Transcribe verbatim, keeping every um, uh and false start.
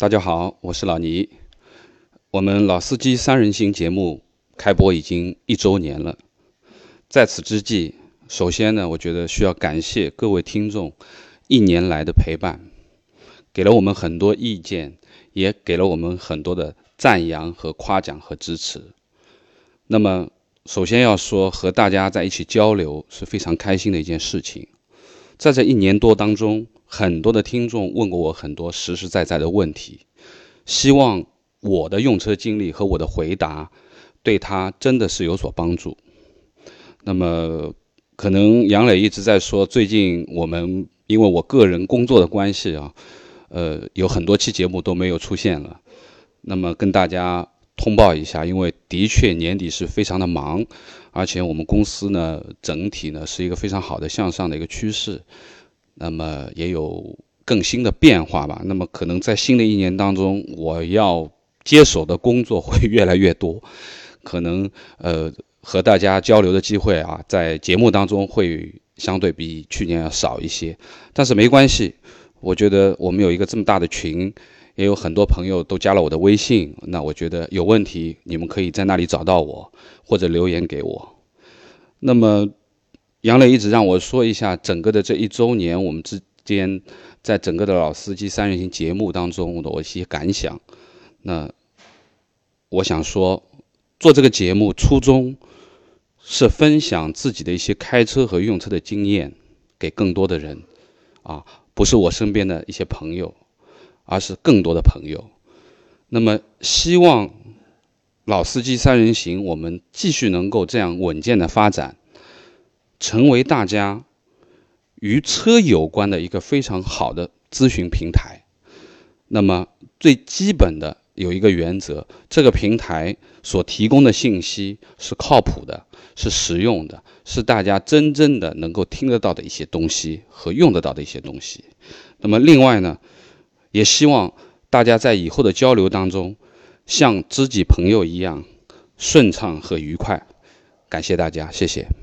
大家好，我是老倪。我们老司机三人行节目开播已经一周年了，在此之际，首先呢，我觉得需要感谢各位听众一年来的陪伴，给了我们很多意见，也给了我们很多的赞扬和夸奖和支持。那么，首先要说，和大家在一起交流是非常开心的一件事情。在这一年多当中，很多的听众问过我很多实实在在的问题，希望我的用车经历和我的回答对他真的是有所帮助。那么可能杨磊一直在说，最近我们因为我个人工作的关系啊，呃，有很多期节目都没有出现了。那么跟大家通报一下，因为的确年底是非常的忙，而且我们公司呢整体呢是一个非常好的向上的一个趋势，那么也有更新的变化吧。那么可能在新的一年当中，我要接手的工作会越来越多，可能呃和大家交流的机会啊，在节目当中会相对比去年要少一些，但是没关系，我觉得我们有一个这么大的群，也有很多朋友都加了我的微信，那我觉得有问题你们可以在那里找到我，或者留言给我。那么杨磊一直让我说一下整个的这一周年我们之间在整个的老司机三人行节目当中的我一些感想。那我想说，做这个节目初衷是分享自己的一些开车和用车的经验给更多的人啊，不是我身边的一些朋友，而是更多的朋友。那么希望老司机三人行我们继续能够这样稳健的发展，成为大家与车有关的一个非常好的咨询平台。那么最基本的有一个原则，这个平台所提供的信息是靠谱的，是实用的，是大家真正的能够听得到的一些东西和用得到的一些东西。那么另外呢，也希望大家在以后的交流当中像知己朋友一样顺畅和愉快。感谢大家，谢谢。